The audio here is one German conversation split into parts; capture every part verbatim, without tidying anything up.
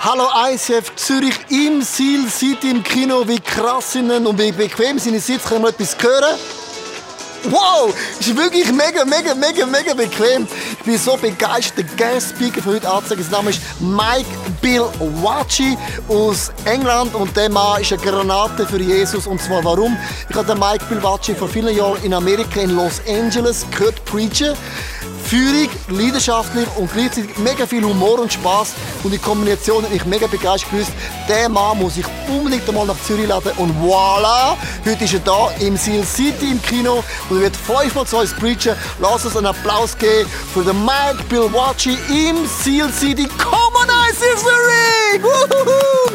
Hallo I C F Zürich im Seal City im Kino. Wie krass sind und wie bequem sind die Sitze? Können wir etwas hören? Wow, ist wirklich mega, mega, mega, mega bequem. Ich bin so begeistert. Der Guest Speaker für heute anzeigen. Sein Name ist Mike Bill Wachy aus England und der Mann ist eine Granate für Jesus. Und zwar warum? Ich habe den Mike Bill Wachy vor vielen Jahren in Amerika, in Los Angeles, gehört preachen. Führung, leidenschaftlich und gleichzeitig mega viel Humor und Spass. Und die Kombination hat mich mega begeistert gewusst. Der Mann muss ich unbedingt einmal nach Zürich laden. Und voilà! Heute ist er da im Seal City im Kino und er wird fünfmal zu uns preachen. Lass uns einen Applaus geben für den Mike Bill Wachy im Seal City. Come on, I C F Zürich! Woohoo!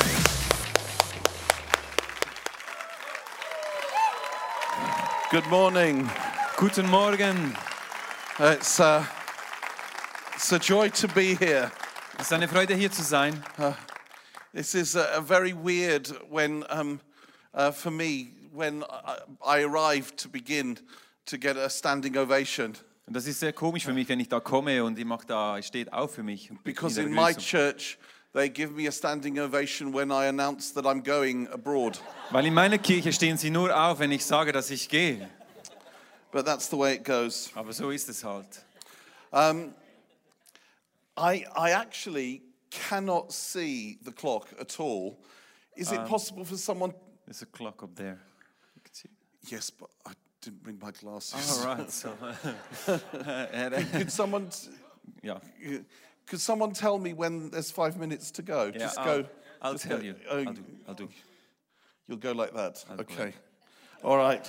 Good morning. Guten Morgen. Uh, it's, uh, it's a joy to be here. Es ist eine Freude, hier zu sein. Uh, this is uh, very weird when, um, uh, for me, when I, I arrived to begin to get a standing ovation. Und das ist sehr komisch für mich, wenn ich da komme und ich mache da, ich steht auf für mich. Because in my church, they give me a standing ovation when I announce that I'm going abroad. Weil in meiner Kirche stehen sie nur auf, wenn ich sage, dass ich gehe. But that's the way it goes. Aber so ist es halt. Um, I, I actually cannot see the clock at all. Is it Um, possible for someone? There's a clock up there. You can see. Yes, but I didn't bring my glasses. All right, so. Could someone? t- Ja, Could someone tell me when there's five minutes to go? yeah, Just I'll, go. I'll just tell go. you. Oh, I'll do. I'll do. You'll go like that. I'll go Okay. like All right.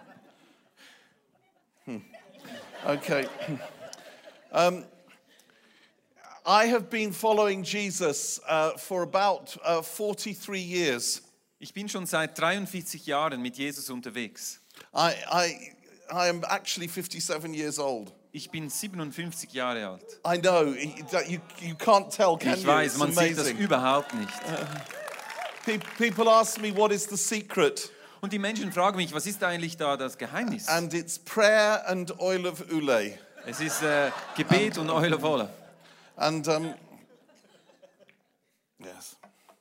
Hmm. Okay. Um, I have been following Jesus uh, for about uh, forty-three years. Ich bin schon seit dreiundvierzig Jahren mit Jesus unterwegs. I, I, I am actually fifty-seven years old. Ich bin siebenundfünfzig Jahre alt. I know, you, you can't tell, can Ich you? weiß, It's man sieht das amazing. überhaupt nicht. Pe- People ask me, what is the secret? Und die Menschen fragen mich, was ist eigentlich da das Geheimnis? And it's prayer and oil of Ule. Es ist äh, Gebet und Oil of Olive. And, um, yes.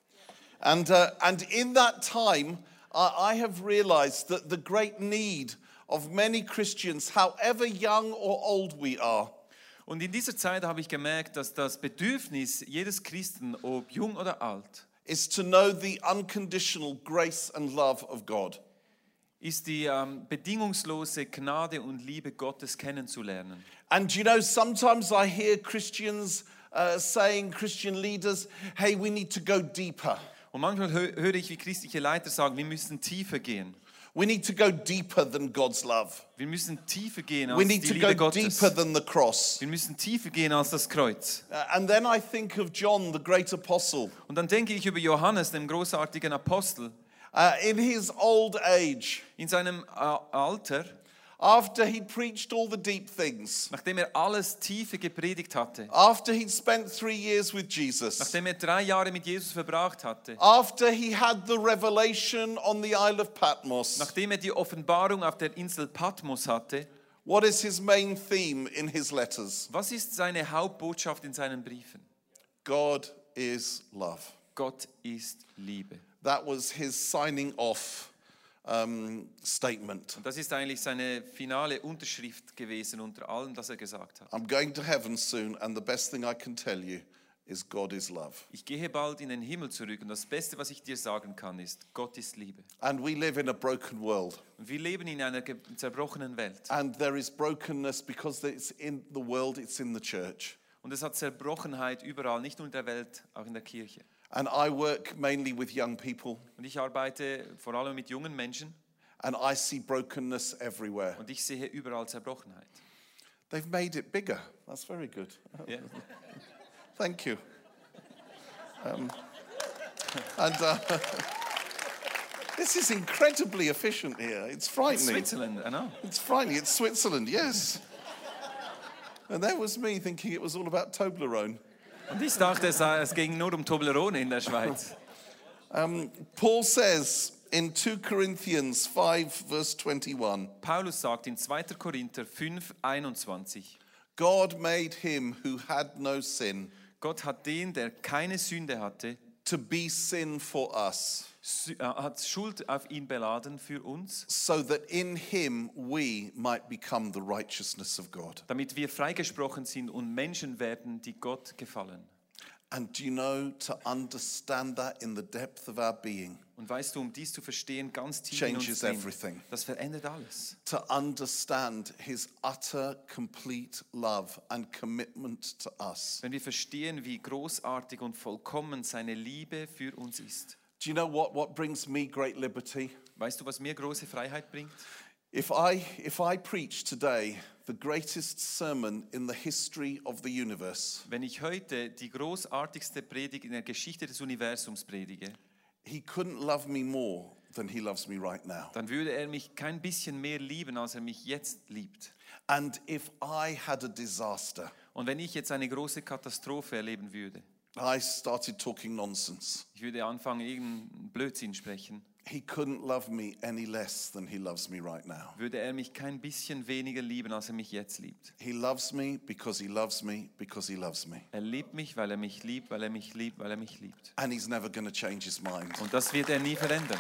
And, uh, and in that time, I, I have realized that the great need of many Christians, however young or old we are, Und in dieser Zeit habe ich gemerkt, dass das Bedürfnis jedes Christen, ob jung oder alt, is to know the unconditional grace and love of God. ist die ähm, bedingungslose Gnade und Liebe Gottes kennenzulernen. And you know, sometimes I hear Christians uh, saying, Christian leaders, hey, we need to go deeper. Und manchmal hö- höre ich, wie christliche Leiter sagen, wir müssen tiefer gehen. We need to go deeper than God's love. Wir müssen tiefer gehen We als need die to Liebe go Gottes. deeper than the cross. Wir müssen tiefer gehen als das Kreuz. Uh, and then I think of John, the great apostle. Und dann denke ich über Johannes, dem großartigen Apostel, Uh, in his old age, in seinem äh, Alter, after he'd preached all the deep things, nachdem er alles Tiefe gepredigt hatte, after he'd spent three years with Jesus, nachdem er drei Jahre mit Jesus verbracht hatte, after he had the revelation on the Isle of Patmos, nachdem er die Offenbarung auf der Insel Patmos hatte, what is his main theme in his letters? was ist seine Hauptbotschaft in seinen Briefen? God is love. Gott ist Liebe. That was his signing off um, statement. Und das ist eigentlich seine finale Unterschrift gewesen unter allem, das er gesagt hat. I'm going to heaven soon, and the best thing I can tell you is God is love. Ich gehe bald in den Himmel zurück und das Beste, was ich dir sagen kann, ist, Gott ist Liebe. And we live in a broken world. Und wir leben in einer ge- zerbrochenen Welt. And there is brokenness because it's in the world, it's in the church. Und es hat Zerbrochenheit überall, nicht nur in der Welt, auch in der Kirche. And I work mainly with young people, Und ich arbeite vor allem mit jungen Menschen and I see brokenness everywhere. und ich sehe überall Zerbrochenheit. They've made it bigger. That's very good. Ja. Thank you. Um, and uh, this is incredibly efficient here. It's frightening. Switzerland, I know. It's frightening. It's Switzerland, yes. And there was me thinking it was all about Toblerone. Und ich dachte, es, es ging nur um Toblerone in der Schweiz. Um, Paul says in two Corinthians five, verse twenty-one, Paulus sagt in zweiter Korinther fünf einundzwanzig, God made him who had no sin Gott hat den, der keine Sünde hatte, to be sin for us, Sü- äh, hat Schuld auf ihn beladen für uns, so that in him we might become the righteousness of God. damit wir freigesprochen sind und Menschen werden, die Gott gefallen. And do you know, to understand that in the depth of our being, Und weißt du, um dies zu verstehen, ganz tief in uns changes drin, everything. das verändert alles. To understand his utter, complete love and commitment to us. Wenn wir verstehen, wie großartig und vollkommen seine Liebe für uns ist. Do you know what, what brings me great liberty? Weißt du, was mir große Freiheit bringt? If I, if I preach today the greatest sermon in the history of the universe, Wenn ich heute die großartigste Predigt in der Geschichte des Universums predige, he couldn't love me more than he loves me right now. dann würde er mich kein bisschen mehr lieben, als er mich jetzt liebt. And if I had a disaster, Und wenn ich jetzt eine große Katastrophe erleben würde, I started talking nonsense, ich würde anfangen, irgendeinen Blödsinn sprechen, he couldn't love me any less than he loves me right now. würde er mich kein bisschen weniger lieben, als er mich jetzt liebt. He loves me because he loves me because he loves me. Er liebt mich, weil er mich liebt, weil er mich liebt, weil er mich liebt. And he's never going to change his mind. Und das wird er nie verändern.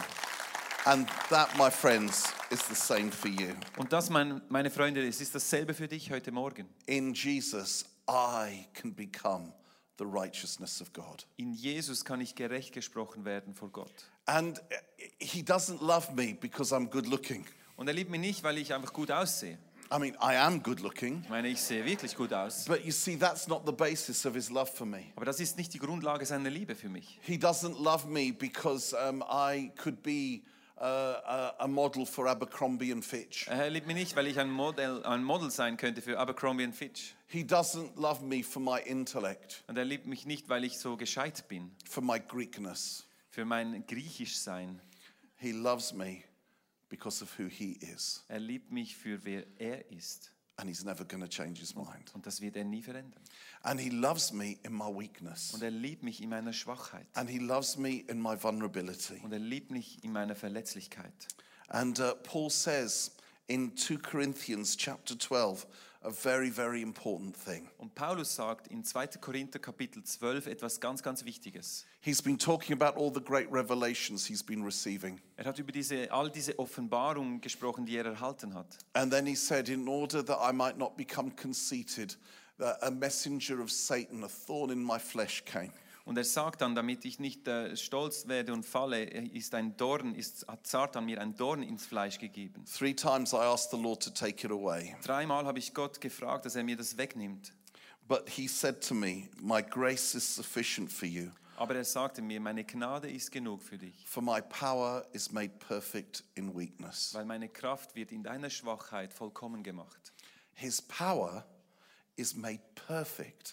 And that, my friends, is the same for you. Und das, mein, meine Freunde, es ist dasselbe für dich heute Morgen. In Jesus, I can become the righteousness of God. In Jesus kann ich gerecht gesprochen werden vor Gott. And he doesn't love me because I'm good looking. Und er liebt mich nicht, weil ich einfach gut aussehe. I mean, I am good looking. Ich meine, ich sehe wirklich gut aus. But you see, that's not the basis of his love for me. Aber das ist nicht die Grundlage seiner Liebe für mich. He doesn't love me because um, I could be uh, a, a model for Abercrombie and Fitch. Er liebt mich nicht, weil ich ein Model, ein Model sein könnte für Abercrombie und Fitch. He doesn't love me for my intellect, Und er liebt mich nicht, weil ich so gescheit bin, for my Greekness. für mein Griechischsein. He loves me because of who he is. Er liebt mich für wer er ist. And he's never going to change his mind. Und das wird er nie verändern. And he loves me in my weakness. Und er liebt mich in meiner Schwachheit. And he loves me in my vulnerability. Und er liebt mich in meiner Verletzlichkeit. And uh, Paul says in Second Corinthians chapter twelve a very, very important thing. Und Paulus sagt in zweiter Korinther Kapitel zwölf etwas ganz, ganz Wichtiges. He's been talking about all the great revelations he's been receiving. Er hat über diese, all diese Offenbarungen gesprochen, die er erhalten hat. And then he said, in order that I might not become conceited, that a messenger of Satan, a thorn in my flesh, came. Und er sagt dann, damit ich nicht äh, stolz werde und falle, ist ein Dorn, ist, hat Satan mir ein Dorn ins Fleisch gegeben. Three times I asked the Lord to take it away. Dreimal habe ich Gott gefragt, dass er mir das wegnimmt. But he said to me, my grace is sufficient for you, Aber er sagte mir, meine Gnade ist genug für dich, for my power is made perfect in weakness. weil meine Kraft wird in deiner Schwachheit vollkommen gemacht. His power is made perfect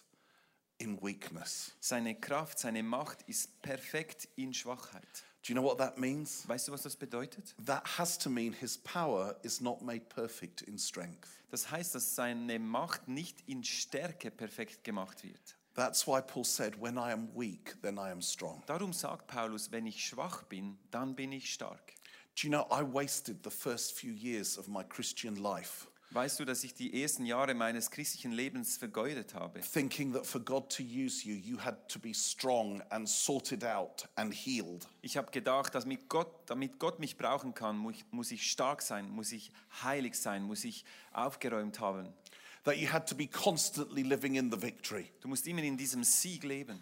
in weakness. Seine Kraft, seine Macht ist perfekt in Schwachheit. Do you know what that means? Weißt du, was das bedeutet? That has to mean his power is not made perfect in strength. Das heißt, dass seine Macht nicht in Stärke perfekt gemacht wird. That's why Paul said, when I am weak, then I am strong. Darum sagt Paulus, wenn ich schwach bin, dann bin ich stark. Do you know, I wasted the first few years of my Christian life Weißt du, dass ich die ersten Jahre meines christlichen Lebens vergeudet habe? thinking that for God to use you, you had to be strong and sorted out and healed. Ich habe gedacht, dass mit Gott, damit Gott mich brauchen kann, muss ich, muss ich stark sein, muss ich heilig sein, muss ich aufgeräumt haben. That you had to be constantly living in the victory. Du musst immer in diesem Sieg leben.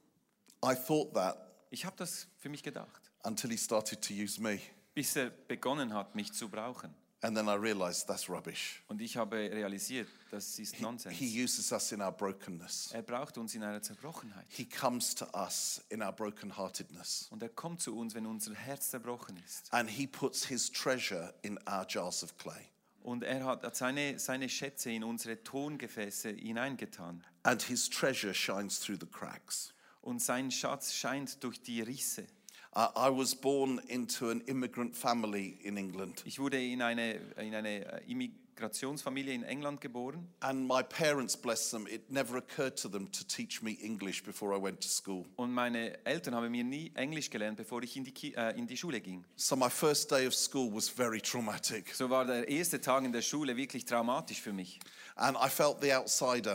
I thought that Ich habe das für mich gedacht, until he started to use me. bis er begonnen hat, mich zu brauchen. And then I realized that's rubbish. Und ich habe realisiert, das ist Nonsens. He uses us in our brokenness. Er braucht uns in einer Zerbrochenheit. He comes to us in our brokenheartedness. Und er kommt zu uns, wenn unser Herz zerbrochen ist. And he puts his treasure in our jars of clay. Und er hat hat seine, seine Schätze in unsere Tongefäße hineingetan. And his treasure shines through the cracks. Und sein Schatz scheint durch die Risse. Uh, I was born into an immigrant family in England. Ich wurde in eine, in eine äh, Immigrationsfamilie in England geboren. And my parents, bless them, it never occurred to them to teach me English before I went to school. Und meine Eltern haben mir nie Englisch gelernt, bevor ich in die, Ki äh, in die Schule ging. So my first day of school was very traumatic. So war der erste Tag in der Schule wirklich traumatisch für mich. And I felt the outsider.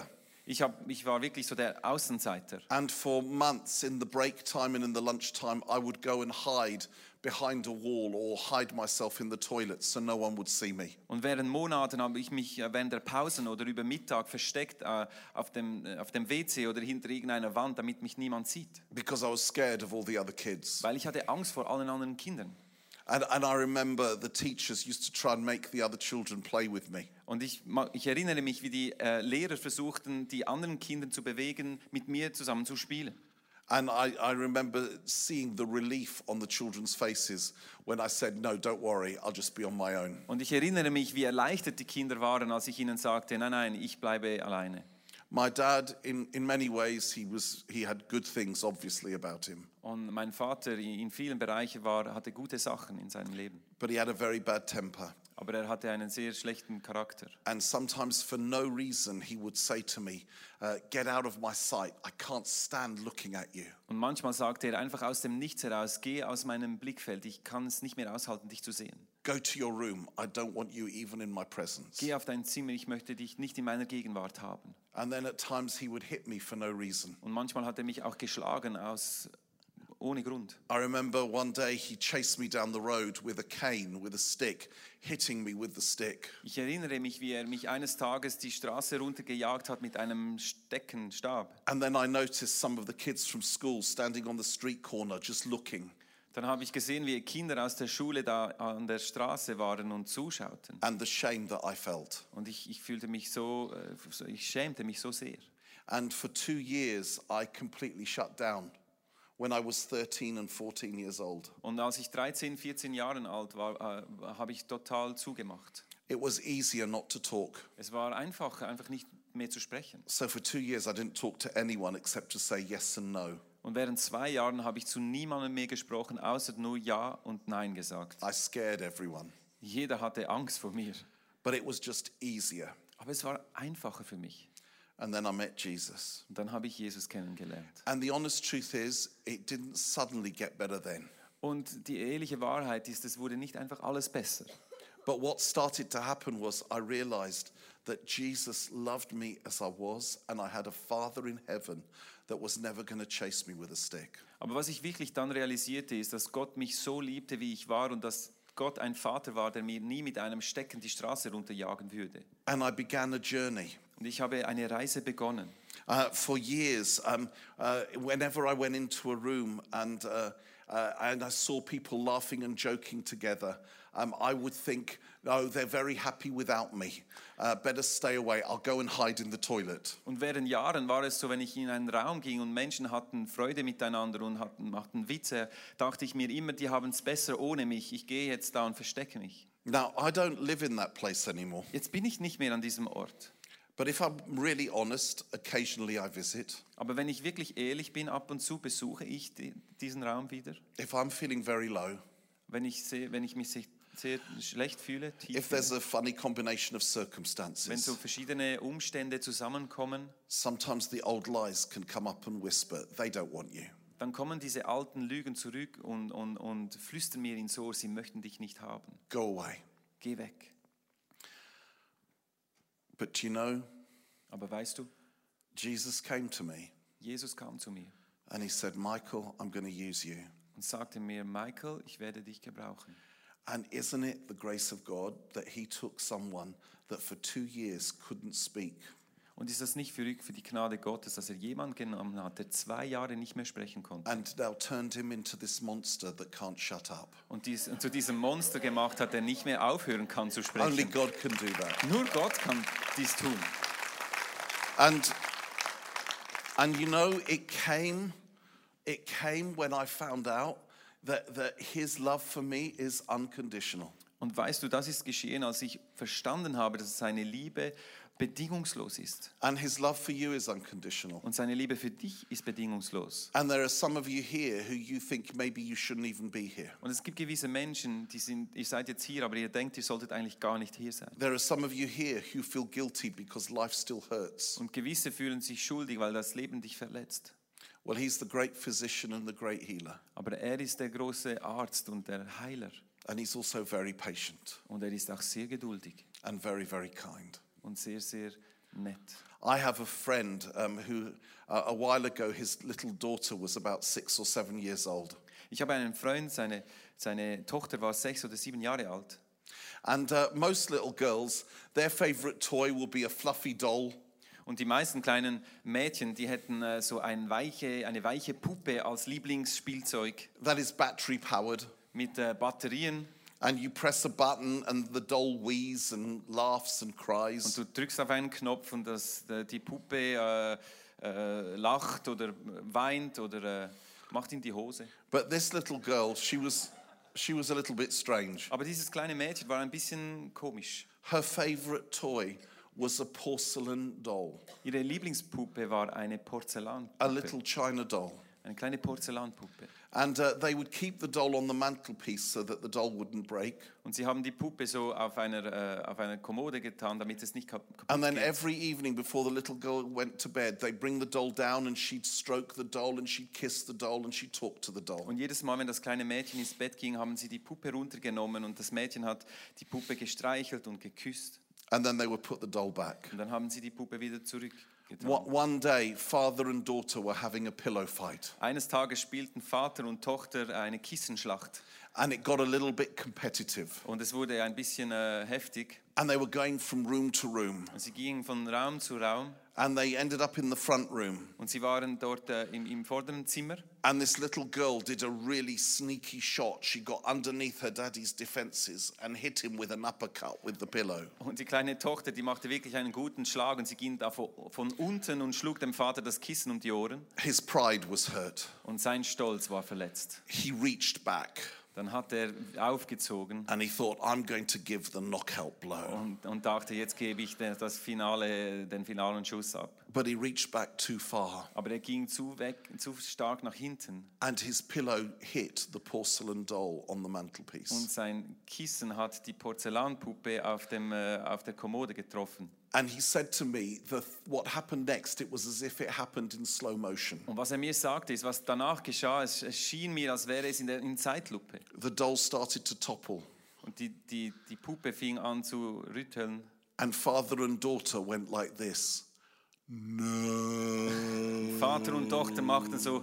Ich, hab, ich war wirklich so der Außenseiter. And for months in the break time and in the lunchtime, I would go and hide behind a wall or hide myself in the toilet so no one would see me. Und während Monaten habe ich mich äh, während der Pausen oder über Mittag versteckt äh, auf, dem, äh, auf dem W C oder hinter irgendeiner Wand, damit mich niemand sieht. Because I was scared of all the other kids. Weil ich hatte Angst vor allen anderen Kindern. And, and I remember the teachers used to try and make the other children play with me. Und ich, ma- ich erinnere mich, wie die äh, Lehrer versuchten, die anderen Kinder zu bewegen, mit mir zusammen zu spielen. And I, I remember seeing the relief on the children's faces when I said, no, don't worry, I'll just be on my own. Und ich erinnere mich, wie erleichtert die Kinder waren, als ich ihnen sagte, nein, nein, ich bleibe alleine. My dad, in, in many ways, he, was, he had good things, obviously, about him. Und mein Vater in vielen Bereichen war, hatte gute Sachen in seinem Leben. But he had a very bad temper. Aber er hatte einen sehr schlechten Charakter. And sometimes, for no reason, he would say to me, uh, get out of my sight. I can't stand looking at you. Und manchmal sagte er einfach aus dem Nichts heraus, geh aus meinem Blickfeld, ich kann es nicht mehr aushalten, dich zu sehen. Go to your room. I don't want you even in my presence. Geh auf dein Zimmer, ich möchte dich nicht in meiner Gegenwart haben. And then at times, he would hit me for no reason. Und manchmal hat er mich auch geschlagen, aus, ohne Grund. I remember one day he chased me down the road with a cane, with a stick, hitting me with the stick. Ich erinnere mich, wie er mich eines Tages die Straße runtergejagt hat mit einem Steckenstab. And then I noticed some of the kids from school standing on the street corner just looking. Dann habe ich gesehen, wie Kinder aus der Schule da an der Straße waren und zuschauten. And the shame that I felt. Und ich, ich fühlte mich so, äh, so- ich schämte mich so sehr. And for two years, I completely shut down when I was thirteen and fourteen years old. Und als ich dreizehn, vierzehn Jahre alt war, äh, habe ich total zugemacht. It was easier not to talk. Es war einfacher, einfach nicht mehr zu sprechen. So for two years, I didn't talk to anyone except to say yes and no. Und während zwei Jahren habe ich zu niemandem mehr gesprochen, außer nur Ja und Nein gesagt. I scared everyone. Jeder hatte Angst vor mir. But it was just easier. Aber es war einfacher für mich. And then I met Jesus. Und dann habe ich Jesus kennengelernt. And the honest truth is, it didn't suddenly get better then. Und die ehrliche Wahrheit ist, es wurde nicht einfach alles besser. But what started to happen was I realized that Jesus loved me as I was, and I had a Father in heaven that was never going to chase me with a stick. Aber was ich wirklich dann realisierte, ist, dass Gott mich so liebte, wie ich war und dass Gott ein Vater war, der mir nie mit einem Stecken die Straße runterjagen würde. And I began a journey. Und ich habe eine Reise begonnen. Uh, for years, um, uh, whenever I went into a room and, uh, uh, and I saw people laughing and joking together, um, I would think, no, they're very happy without me. Uh, better stay away. I'll go and hide in the toilet. Und während Jahren war es so, wenn ich in einen Raum ging und Menschen hatten Freude miteinander und hatten, machten Witze, dachte ich mir immer, die haben es besser ohne mich. Ich gehe jetzt da und verstecke mich. Now, I don't live in that place anymore. Jetzt bin ich nicht mehr an diesem Ort. But if I'm really honest, occasionally I visit. Aber wenn ich wirklich ehrlich bin, ab und zu besuche ich die, diesen Raum wieder. If I'm feeling very low, Wenn ich, sehe, wenn ich mich sehr, sehr schlecht fühle, tief if there's fühle, a funny combination of wenn circumstances, so verschiedene Umstände zusammenkommen, sometimes the old lies can come up and whisper, they don't want you. dann kommen diese alten Lügen zurück und, und, und flüstern mir ins Ohr, sie möchten dich nicht haben. Go away. Geh weg. But you know, Aber weißt du, Jesus came to me Jesus kam zu mir and he said, Michael, I'm going to use you. und sagte mir, Michael, ich werde dich gebrauchen. And isn't it the grace of God that he took someone that for two years couldn't speak? Und ist das nicht verrückt für die Gnade Gottes, dass er jemanden genommen hat, der zwei Jahre nicht mehr sprechen konnte And now turned him into this monster that can't shut up. und, dies, und zu diesem Monster gemacht hat, der nicht mehr aufhören kann zu Only sprechen? God can do that. Nur Gott kann dies tun. And and you know, it came, it came when I found out that, that his love for me is unconditional. Und weißt du, das ist geschehen, als ich verstanden habe, dass seine Liebe bedingungslos ist. And his love for you is unconditional. Und seine Liebe für dich ist bedingungslos. And there are some of you here who you think maybe you shouldn't even be here. Und es gibt gewisse Menschen, die sind, ihr seid jetzt hier, aber ihr denkt, ihr solltet eigentlich gar nicht hier sein. There are some of you here who feel guilty because life still hurts. Und gewisse fühlen sich schuldig, weil das Leben dich verletzt. Well, he's the great physician and the great healer. Aber er ist der große Arzt und der Heiler. And he's also very patient Und er ist auch sehr geduldig and very, very kind. und sehr, sehr nett. I have a friend um, who, uh, a while ago, his little daughter was about six or seven years old. Ich habe einen Freund, seine, seine Tochter war sechs oder sieben Jahre alt. And uh, most little girls, their favorite toy will be a fluffy doll. Und die meisten kleinen Mädchen, die hätten äh, so ein weiche, eine weiche Puppe als Lieblingsspielzeug That is battery powered. mit äh, Batterien. And you press a button and the doll wheezes and laughs and Und cries. du drückst auf einen Knopf und das, äh, die Puppe äh, äh, lacht oder weint oder äh, macht in die Hose. But this little girl, she was, she was a little bit strange. Aber dieses kleine Mädchen war ein bisschen komisch. Her favorite toy was a porcelain doll, Ihre Lieblingspuppe war eine a Porzellanpuppe. little China doll. Eine kleine Porzellanpuppe. And uh, they would keep the doll on the mantelpiece so that the doll wouldn't break. Und sie haben die Puppe so auf einer, äh, auf einer Kommode getan, damit es nicht kap kaputt And then geht. every evening before the little girl went to bed, they'd bring the doll down and she'd stroke the doll and she'd kiss the doll and she'd talk to the doll. Und jedes Mal, wenn das kleine Mädchen ins Bett ging, haben sie die Puppe runtergenommen und das Mädchen hat die Puppe gestreichelt und geküsst. And then they would put the doll back. Und dann haben sie die Puppe wieder zurückgetan. One one day, father and daughter were having a pillow fight. Eines Tages spielten Vater und Tochter eine Kissenschlacht. And it got a little bit competitive. Und es wurde ein bisschen äh, heftig. And they were going from room to room. Und sie gingen von Raum zu Raum. And they ended up in the front room. Und sie waren dort äh, im, im vorderen Zimmer. And this little girl did a really sneaky shot. She got underneath her daddy's defenses and hit him with an uppercut with the pillow. Und die kleine Tochter, die machte wirklich einen guten Schlag und sie ging da von, von unten und schlug dem Vater das Kissen um die Ohren. His pride was hurt. Und sein Stolz war verletzt. He reached back Dann hat er aufgezogen and he thought, I'm going to give the knockout blow. und, und dachte, jetzt gebe ich den, das Finale, den finalen Schuss ab. But he reached back too far Aber er ging zu, weg, zu stark nach hinten and his pillow hit the porcelain doll on the und mantelpiece. sein Kissen hat die Porzellanpuppe auf, dem, äh, auf der Kommode getroffen. And he said to me, the, what happened next, it was as if it happened in slow motion. Und was er mir sagte, ist, was danach geschah, es, es schien mir, als wäre es in, der, in Zeitlupe. The doll started to topple Und die, die, die Puppe fing an zu rütteln. and father and daughter went like this. No. Vater und Tochter machten so,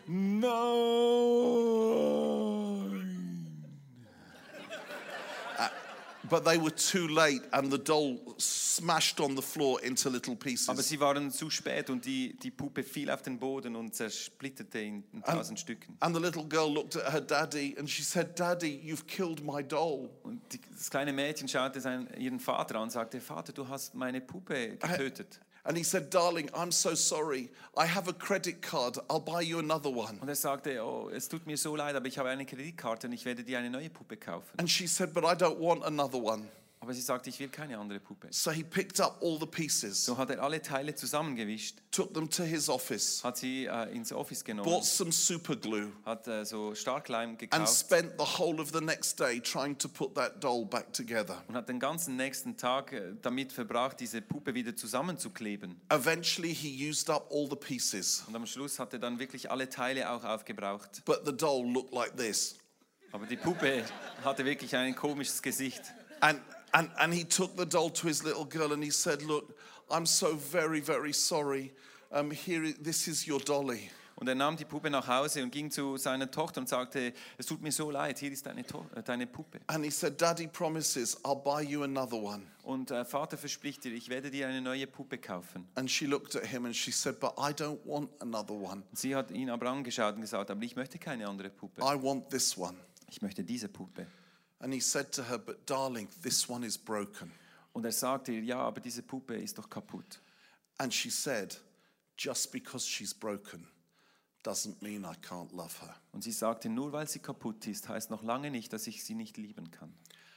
But they were too late and the doll smashed on the floor into little aber pieces. sie waren zu spät und die, die Puppe fiel auf den Boden und zersplitterte in, in tausend Stücken. And the little girl looked at her daddy and she said, Daddy, you've killed my doll. Und die, das kleine Mädchen schaute seinen, ihren Vater an und sagte, Vater, du hast meine Puppe getötet. And he said, Darling, I'm so sorry. I have a credit card. I'll buy you another one. Und er sagte, oh, es tut mir so leid, aber ich habe eine Kreditkarte und ich werde dir eine neue Puppe kaufen. And she said, But I don't want another one. Aber sie sagte, ich will keine andere Puppe. So he picked up all the pieces, So hat er alle Teile zusammengewischt, took them to his office, hat sie äh, ins Office genommen, bought some super glue, hat äh, so Starkleim and gekauft spent the whole of the next day trying to put that doll back together. und hat den ganzen nächsten Tag äh, damit verbracht, diese Puppe wieder zusammenzukleben. Eventually, he used up all the pieces, Und am Schluss hat er dann wirklich alle Teile auch aufgebraucht. but the doll looked like this. Aber die Puppe hatte wirklich ein komisches Gesicht. And, and, and he took the doll to his little girl and he said, Look, I'm so very, very sorry. Um, here, this is your dolly. Und er nahm die Puppe nach Hause und ging zu seiner Tochter und sagte, es tut mir so leid, hier ist deine, to äh, deine Puppe. And he said, Daddy promises I'll buy you another one. Und äh, Vater verspricht dir, ich werde dir eine neue Puppe kaufen. And she looked at him and she said, But I don't want another one. Sie hat ihn aber angeschaut und gesagt, aber ich möchte keine andere Puppe. I want this one. Ich möchte diese Puppe. And he said to her, But darling, this one is broken. Und er sagte ihr, ja, aber diese Puppe ist doch kaputt. And she said, Just because she's broken doesn't mean I can't love her. Und sie sagte, nur weil sie kaputt ist, heißt noch lange nicht, dass ich sie nicht lieben kann.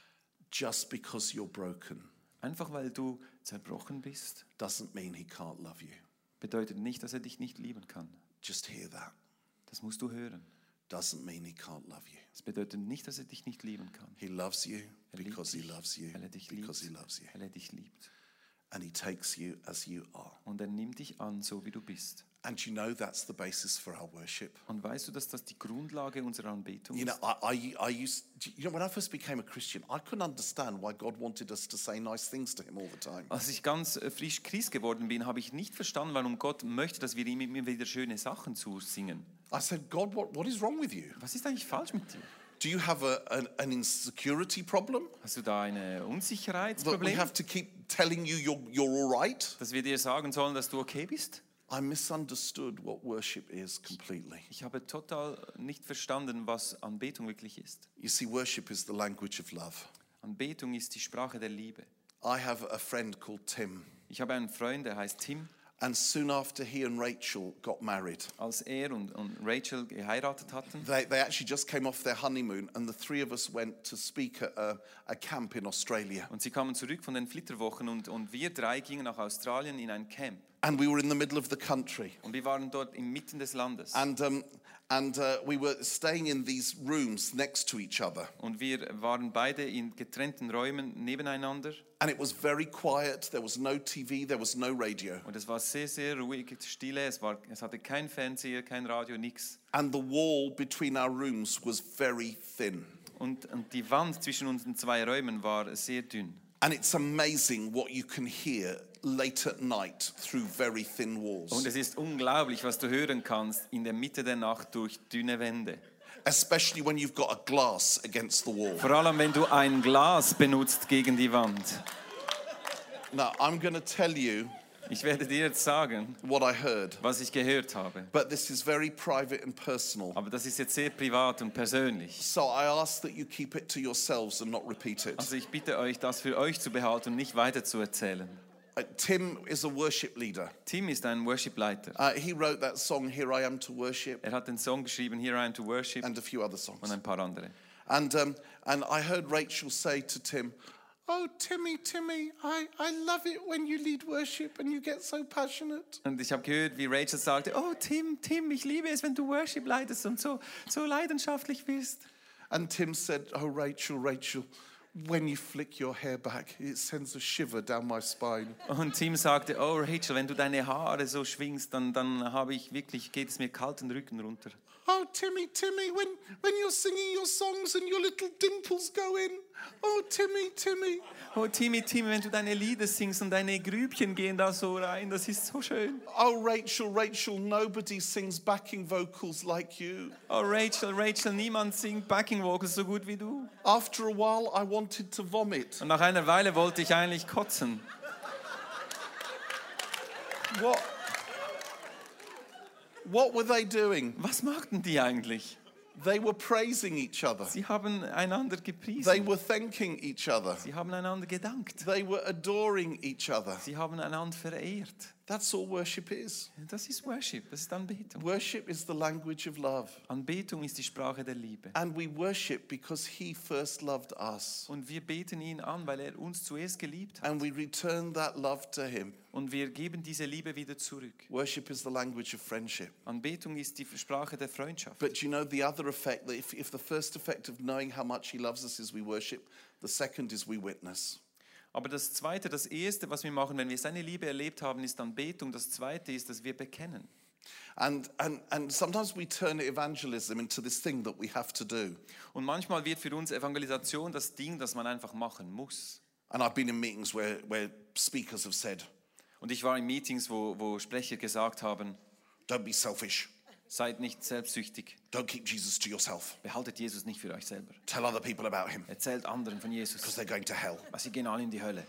Just because you're broken Einfach weil du zerbrochen bist, doesn't mean he can't love you. bedeutet nicht, dass er dich nicht lieben kann. Just hear that. Das musst du hören. Doesn't mean he can't love you. Es bedeutet nicht, dass er dich nicht lieben kann. He loves you Er liebt because he dich, loves you, weil er dich because he liebt, loves you. weil er dich liebt. And he takes you as you are. Und er nimmt dich an, so wie du bist. And you know that's the basis for our worship. Und weißt du, dass das die Grundlage unserer Anbetung You know, ist? I, I, I used, you know, when I first became a Christian, I couldn't understand why God wanted us to say nice things to Him all the time. Als ich ganz äh, frisch Christ geworden bin, habe ich nicht verstanden, warum Gott möchte, dass wir ihm immer wieder schöne Sachen zusingen. I said, God, what, what is wrong with you? Was ist eigentlich falsch mit dir? Do you have a, an, an insecurity problem? Hast du da ein That we Unsicherheitsproblem, have to keep telling you you're, you're all right? dass wir dir sagen sollen, dass du okay bist? I misunderstood what worship is completely. Ich habe total nicht verstanden, was Anbetung wirklich ist. You see, worship is the language of love. Anbetung ist die Sprache der Liebe. I have a friend called Tim, Ich habe einen Freund, der heißt Tim. and soon after he and Rachel got married, Als er und, und Rachel geheiratet hatten, they, they actually just came off their honeymoon, and the three of us went to speak at a, a camp in Australia. und sie kamen zurück von den Flitterwochen und, und wir drei gingen nach Australien in ein Camp. And we were in the middle of the country. Und wir waren dort inmitten des Landes. And, um, and uh, we were staying in these rooms next to each other. Und wir waren beide in getrennten Räumen nebeneinander. And it was very quiet. There was no T V, there was no radio. Und es war sehr, sehr ruhig, stille. Es, war, es hatte kein Fernseher, kein Radio, nichts. And the wall between our rooms was very thin. Und, und die Wand zwischen unseren zwei Räumen war sehr dünn. And it's amazing what you can hear late at night through very thin walls. Und es ist unglaublich, was du hören kannst in der Mitte der Nacht durch dünne Wände. Especially when you've got a glass against the wall. Vor allem, wenn du ein Glas benutzt gegen die Wand. Now, I'm going to tell you Ich werde dir jetzt sagen, what I heard, was ich gehört habe. but this is very private and personal. Aber das ist jetzt sehr privat und persönlich. So I ask that you keep it to yourselves and not repeat it. Also ich bitte euch, das für euch zu behalten und nicht weiter zu erzählen. Uh, Tim is a worship leader. Tim ist ein Worship-Leiter. Uh, he wrote that song, Here I Am to Worship, Er hat den Song geschrieben, Here I Am to Worship, and a few other und songs. ein paar andere. And, um, and I heard Rachel say to Tim, Oh, Timmy, Timmy, I, I love it when you lead worship and you get so passionate. Und ich habe gehört, wie Rachel sagte, oh Tim, Tim, ich liebe es, wenn du Worship leitest und so, so leidenschaftlich bist. And Tim said, Oh, Rachel, Rachel, when you flick your hair back, it sends a shiver down my spine. Und Tim sagte, oh Rachel, wenn du deine Haare so schwingst, dann, dann habe ich wirklich, geht es mir kalt den Rücken runter. Oh, Timmy, Timmy, when, when you're singing your songs and your little dimples go in. Oh, Timmy, Timmy. Oh Timmy, Timmy, wenn du deine Lieder singst und deine Grübchen gehen da so rein, das ist so schön. Oh, Rachel, Rachel, nobody sings backing vocals like you. Oh Rachel, Rachel, niemand singt Backing Vocals so gut wie du. After a while, I wanted to vomit. Und nach einer Weile wollte ich eigentlich kotzen. What? What were they doing? Was machten die eigentlich? They were praising each other. Sie haben einander They gepriesen. were thanking each other. Sie haben einander gedankt. They were adoring each other. Sie haben einander verehrt. That's all worship is. Das ist Worship, das ist Anbetung. Worship is the language of love. Anbetung ist die Sprache der Liebe. And we worship because he first loved us. Und wir beten ihn an, weil er uns zuerst geliebt hat. And we return that love to him. Und wir geben diese Liebe wieder zurück. Worship is the language of friendship. Anbetung ist die Sprache der Freundschaft. But you know the other effect, that if, if the first effect of knowing how much he loves us is we worship, the second is we witness. Aber das Zweite, das Erste, was wir machen, wenn wir seine Liebe erlebt haben, ist Anbetung. Das Zweite ist, dass wir bekennen. And, and, and sometimes we turn evangelism into this thing that we have to do. Und manchmal wird für uns Evangelisation das Ding, das man einfach machen muss. And I've been in meetings where, where speakers have said, Und ich war in Meetings, wo, wo Sprecher gesagt haben, don't be selfish. seid nicht selbstsüchtig. Don't keep Jesus to yourself. Behaltet Jesus nicht für euch selber. Tell other people about him Erzählt anderen von because Jesus. they're going to hell. Weil sie gehen alle in die Hölle.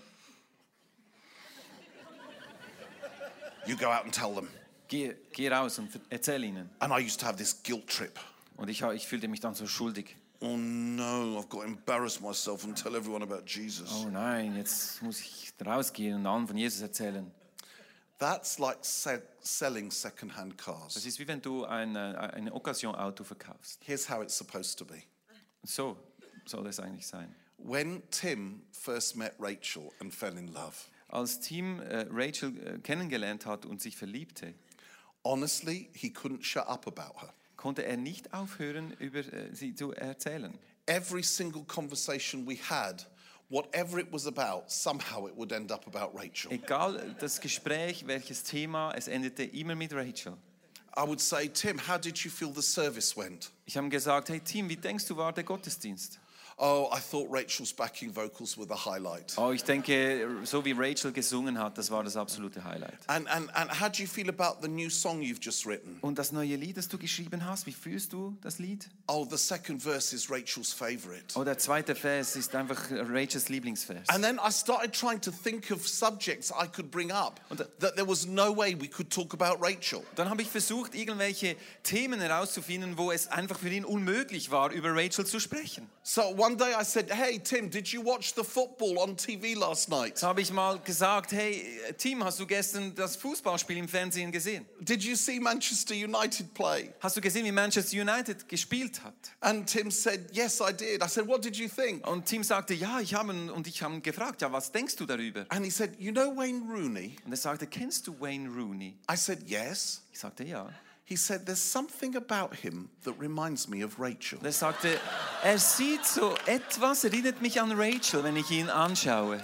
You go out and tell them. Geh, geh raus und erzähl ihnen. And I used to have this guilt trip. Und ich, ich fühlte mich dann so schuldig. Oh no, I've got to embarrass myself and tell everyone about Jesus. Oh nein, jetzt muss ich rausgehen und allen von Jesus erzählen. That's like se- selling second-hand cars. Das ist wie wenn du ein, ein Occasion-Auto verkaufst. Here's how it's supposed to be. So soll es eigentlich sein. When Tim first met Rachel and fell in love, Als Tim äh, Rachel äh, kennengelernt hat und sich verliebte, honestly, he couldn't shut up about her. konnte er nicht aufhören, über äh, sie zu erzählen. Every single conversation we had whatever it was about, somehow it would end up about Rachel. Egal das Gespräch, welches Thema, es endete immer mit Rachel. I would say, Tim, how did you feel the service went? Ich habe gesagt, hey Tim, wie denkst du, war der Gottesdienst? Oh, I thought Rachel's backing vocals were the highlight. Oh, ich denke, so wie Rachel gesungen hat, das war das absolute Highlight. And, and, and how do you feel about the new song you've just written? Und das neue Lied, das du geschrieben hast, wie fühlst du das Lied? Oh, the second verse is Rachel's favorite. Oh, der zweite Vers ist einfach Rachels Lieblingsvers. And then I started trying to think of subjects I could bring up Und da- that there was no way we could talk about Rachel. Dann habe ich versucht, irgendwelche Themen herauszufinden, wo es einfach für ihn unmöglich war, über Rachel zu sprechen. So one day I said, hey, Tim, did you watch the football on T V last night? Jetzt habe ich mal gesagt, hey Tim, hast du gestern das Fußballspiel im Fernsehen gesehen? Did you see Manchester United play? Hast du gesehen, wie Manchester United gespielt hat? And Tim said, yes, I did. I said, what did you think? Und Tim sagte, ja, ich habe ihn, und ich habe ihn gefragt, ja, was denkst du darüber? And he said, you know Wayne Rooney? Und er sagte, kennst du Wayne Rooney? I said, yes. Ich sagte, ja. He said, there's something about him that reminds me of Rachel. Und er sagte, er sieht so etwas, erinnert mich an Rachel, wenn ich ihn anschaue.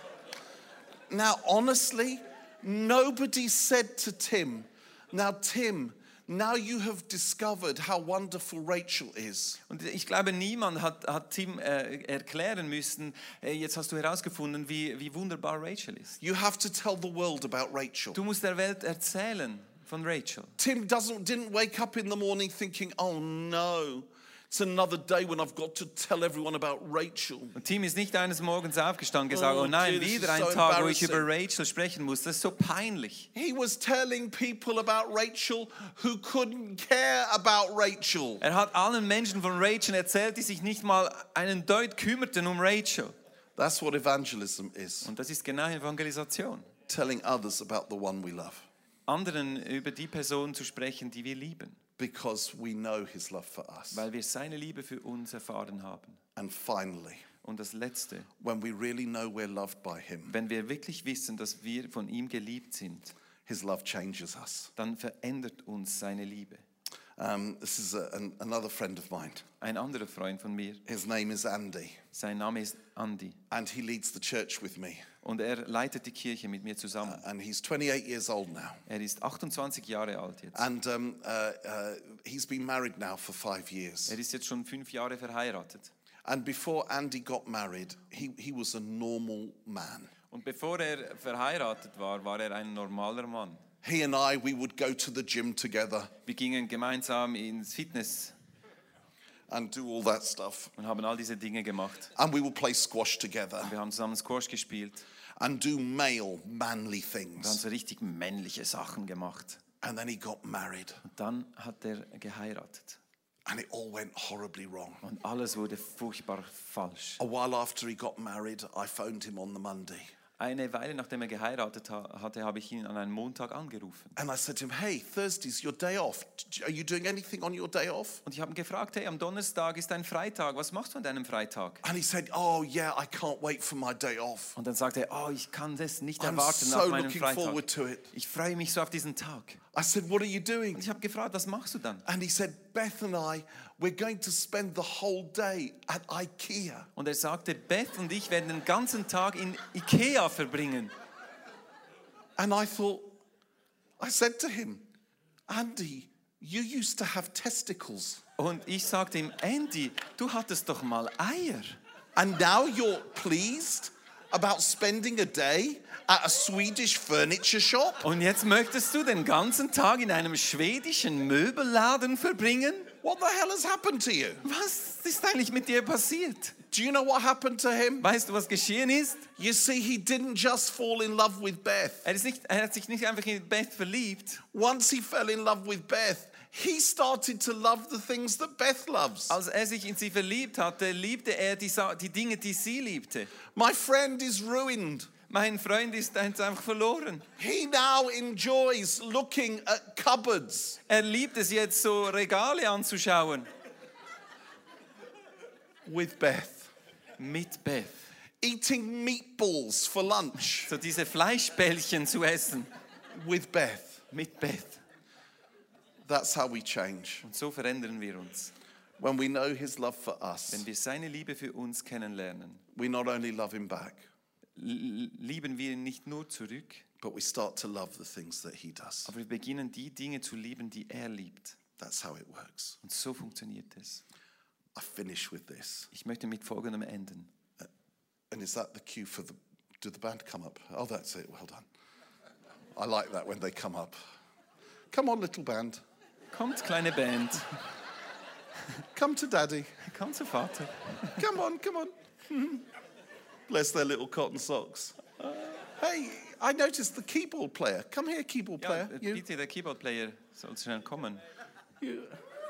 Now, honestly, nobody said to Tim, now, Tim, now you have discovered how wonderful Rachel is. Und ich glaube, niemand hat, hat Tim äh, erklären müssen, äh, jetzt hast du herausgefunden, wie, wie wunderbar Rachel ist. You have to tell the world about Rachel. Du musst der Welt erzählen von Rachel. Tim doesn't, didn't wake up in the morning thinking, oh no, it's another day when I've got to tell everyone about Rachel. Und Tim ist nicht eines Morgens aufgestanden und gesagt, Oh, oh nein, dear, this wieder is ein so Tag, wo ich über embarrassing. Rachel sprechen muss. Das ist so peinlich. He was telling people about Rachel who couldn't care about Rachel. Er hat allen Menschen von Rachel erzählt, die sich nicht mal einen Deut kümmerten um Rachel. That's what evangelism is, Und das ist genau Evangelisation. telling others about the one we love. Anderen über die Person zu sprechen, die wir lieben. Because we know his love for us. Weil wir seine Liebe für uns erfahren haben. And finally, Und das Letzte, when we really know we're loved by him, wenn wir wirklich wissen, dass wir von ihm geliebt sind, his love changes us. dann verändert uns seine Liebe. Um, this is a, an, another friend of mine. Ein anderer Freund von mir, His name is Andy, sein Name ist Andy. and he leads the church with me. Und er leitet die Kirche mit mir zusammen. And he's twenty-eight years old now. Er ist achtundzwanzig Jahre alt jetzt. And um, uh, uh, he's been married now for five years. Er ist jetzt schon fünf Jahre verheiratet. And before Andy got married, he, he was a normal man. Und bevor er verheiratet war, war er ein normaler Mann. He and I, we would go to the gym together Wir gingen gemeinsam ins Fitness and do all that stuff. und haben all diese Dinge gemacht. And we would play squash together Wir haben zusammen Squash gespielt and do male, manly und haben things. so richtig männliche Sachen gemacht. And then he got married, Und dann hat er geheiratet. and it all went horribly wrong. Und alles wurde furchtbar falsch. A while after he got married, I phoned him on the Monday. Eine Weile nachdem er geheiratet ha- hatte, habe ich ihn an einem Montag angerufen. And I said to him, hey, Thursday's your day off. Are you doing anything on your day off? Und ich habe ihn gefragt, hey, am Donnerstag ist ein Freitag, was machst du an deinem Freitag? And he said, oh, yeah, I can't wait for my day off. Und dann sagte er, oh, ich kann das nicht I'm erwarten so nach meinem looking Freitag. forward to it. Ich freue mich so auf diesen Tag. I said, what are you Und doing? ich habe gefragt, was machst du dann? And he said, Beth and I, we're going to spend the whole day at IKEA. Und er sagte, Beth und ich werden den ganzen Tag in Ikea verbringen. And I thought, I said to him, Andy, you used to have testicles. Und ich sagte ihm, Andy, du hattest doch mal Eier. And now you're pleased about spending a day at a Swedish furniture shop? Und jetzt möchtest du den ganzen Tag in einem schwedischen Möbelladen verbringen? What the hell has happened to you? Was ist eigentlich mit dir passiert? Do you know what happened to him? Weißt du, was geschehen ist? You see, he didn't just fall in love with Beth. Er, ist nicht, er hat sich nicht einfach in Beth verliebt. Once he fell in love with Beth, he started to love the things that Beth loves. Als er sich in sie verliebt hatte, liebte er die, Sa- die Dinge, die sie liebte. My friend is ruined. Mein Freund ist einfach verloren. He now enjoys looking at cupboards. Er liebt es jetzt, so Regale anzuschauen. With Beth. Mit Beth. Eating meatballs for lunch. So diese Fleischbällchen zu essen. With Beth. Mit Beth. That's how we change. Und so verändern wir uns. when we know his love for us, wenn wir seine Liebe für uns kennenlernen, we not only love him back, l- lieben wir ihn nicht nur zurück, but we start to love the things that he does. aber wir beginnen die Dinge zu lieben, die er liebt. That's how it works. Und so funktioniert es. I finish with this. Ich möchte mit Folgendem enden. And is that the cue for the, did the band come up? Oh, that's it, well done. I like that when they come up. Come on, little band. Kommt, kleine Band. Come to daddy. Komm zu Vater. Come on, come on. Bless their little cotton socks. Hey, I noticed the keyboard player. Come here, keyboard Ja, player. You, bitte, der Keyboard-Player soll schnell kommen. you,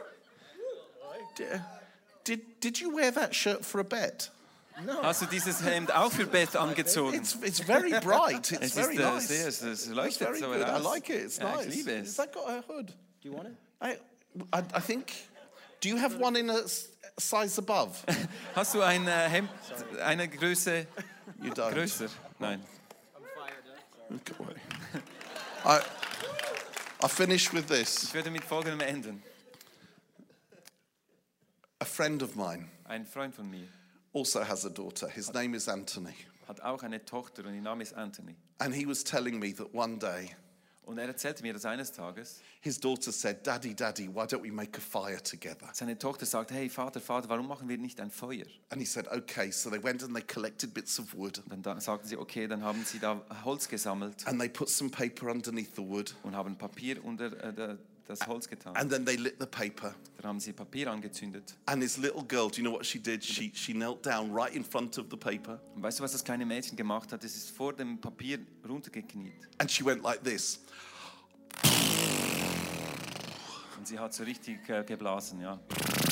did, did, did you wear that shirt for a bet? Hast du dieses Hemd auch für Bett angezogen? It's, it's very bright. It's Es very ist äh, nice. sehr, es, es It's leuchtet very so good. I heraus. like it. It's Ja, nice. ich liebe Has es. that got a hood? Do you want it? I, I, I think. Do you have one in a s- size above? Hast du ein äh, Hemd, eine Größe You don't. größer? Nein. Look away. I, I finish with this. Ich würde mit Folgendem enden. A friend of mine Ein Freund von mir also has a daughter. His name is Anthony. hat auch eine Tochter und ihr Name ist Anthony. And he was telling me that one day Und er erzählte mir, dass eines Tages his daughter said, Daddy, Daddy, why don't we make a fire together? seine Tochter sagte, hey Vater, Vater, warum machen wir nicht ein Feuer? And he said, okay. So they went and they collected bits of wood Und dann da- sagten sie, okay, dann haben sie da Holz gesammelt and they put some paper underneath the wood. und haben Papier unter äh, der, das Holz getan. And then they lit the paper. Dann haben sie Papier angezündet. And this little girl, do you know what she did? She, she knelt down right in front of the paper Und weißt du, was das kleine Mädchen gemacht hat? Es ist vor dem Papier runtergekniet. and she went like this. Und sie hat so richtig äh, geblasen, ja.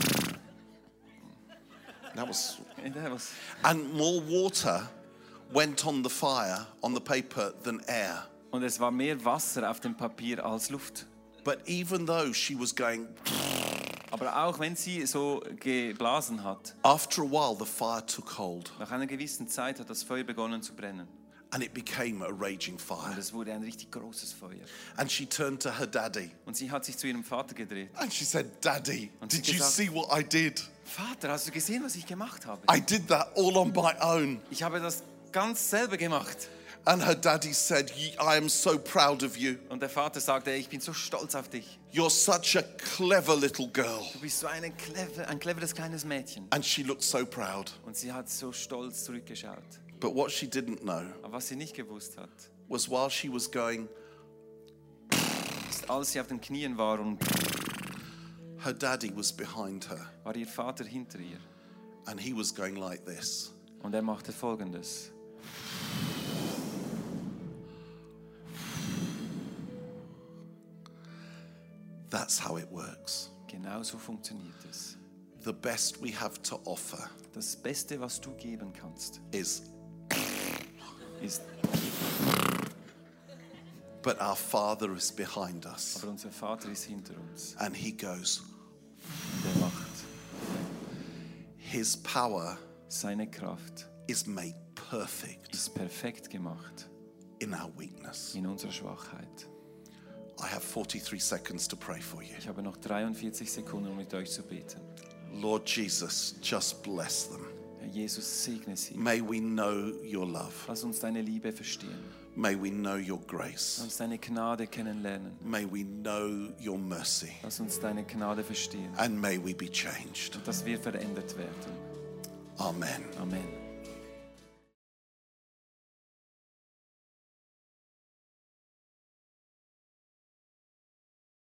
That was, And that was- and more water went on the fire, on the paper, than air. Und es war mehr Wasser auf dem Papier als Luft. But even though she was going, Aber auch wenn sie so geblasen hat, after a while the fire took hold nach einer gewissen Zeit hat das Feuer begonnen zu brennen. and it became a raging Und fire. es wurde ein richtig großes Feuer. And she turned to her daddy Und sie hat sich zu ihrem Vater gedreht. and she said, Daddy, Und sie did you gesagt- see what I did? Vater, hast du gesehen, was ich gemacht habe? I did that all on my own. Ich habe das ganz selber gemacht. And her daddy said, "Ye- I am so proud of you. Und der Vater sagte, ich bin so stolz auf dich. You're such a clever little girl. Du bist so eine clever, ein cleveres kleines Mädchen. And she looked so proud. Und sie hat so stolz zurückgeschaut. But what she didn't know Aber was sie nicht gewusst hat, was while she was going, ist, als sie auf den Knien war und her daddy was behind her. war ihr Vater hinter ihr. And he was going like this. Und er machte Folgendes. That's how it works. Genau so funktioniert es. The best we have to offer Das Beste, was du geben kannst, is, ist, but our Father is behind us. aber unser Vater ist hinter uns. And he goes, Der macht his power seine Kraft, is made perfect ist perfekt gemacht in our weakness. in unserer Schwachheit. I have forty-three seconds to pray for you. Ich habe noch dreiundvierzig Sekunden, um mit euch zu beten. Lord Jesus, just bless them. Herr Jesus, segne sie. May we know your love. Lass uns deine Liebe verstehen. May we know your Lass grace. uns deine Gnade kennenlernen. May we know your mercy. Lass uns deine Gnade verstehen. And may we be changed. Und dass wir verändert werden. Amen. Amen.